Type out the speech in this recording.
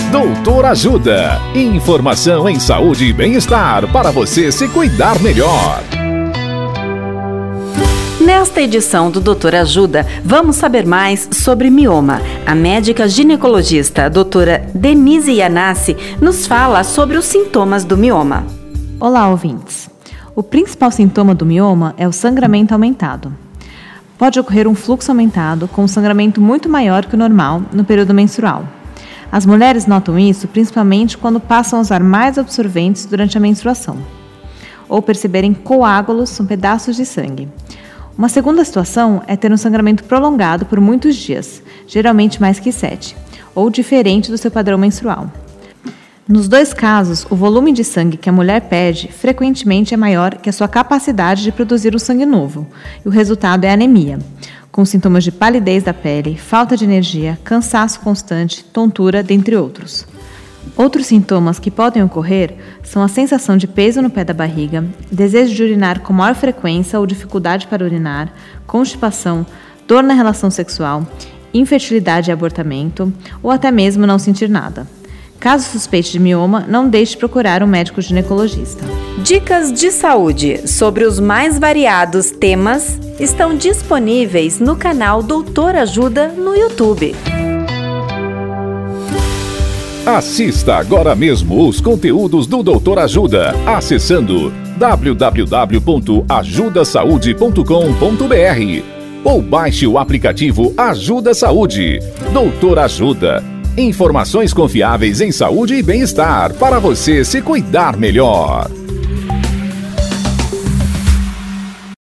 Doutor Ajuda. Informação em saúde e bem-estar para você se cuidar melhor. Nesta edição do Doutor Ajuda, vamos saber mais sobre mioma. A médica ginecologista, a doutora Denise Yanassi, nos fala sobre os sintomas do mioma. Olá, ouvintes. O principal sintoma do mioma é o sangramento aumentado. Pode ocorrer um fluxo aumentado com um sangramento muito maior que o normal no período menstrual. As mulheres notam isso principalmente quando passam a usar mais absorventes durante a menstruação, ou perceberem coágulos, são pedaços de sangue. Uma segunda situação é ter um sangramento prolongado por muitos dias, geralmente mais que 7, ou diferente do seu padrão menstrual. Nos dois casos, o volume de sangue que a mulher perde frequentemente é maior que a sua capacidade de produzir o sangue novo, e o resultado é anemia, com sintomas de palidez da pele, falta de energia, cansaço constante, tontura, dentre outros. Outros sintomas que podem ocorrer são a sensação de peso no pé da barriga, desejo de urinar com maior frequência ou dificuldade para urinar, constipação, dor na relação sexual, infertilidade e abortamento, ou até mesmo não sentir nada. Caso suspeite de mioma, não deixe de procurar um médico ginecologista. Dicas de saúde sobre os mais variados temas estão disponíveis no canal Doutor Ajuda no YouTube. Assista agora mesmo os conteúdos do Doutor Ajuda, acessando www.ajudasaude.com.br ou baixe o aplicativo Ajuda Saúde. Doutor Ajuda. Informações confiáveis em saúde e bem-estar para você se cuidar melhor.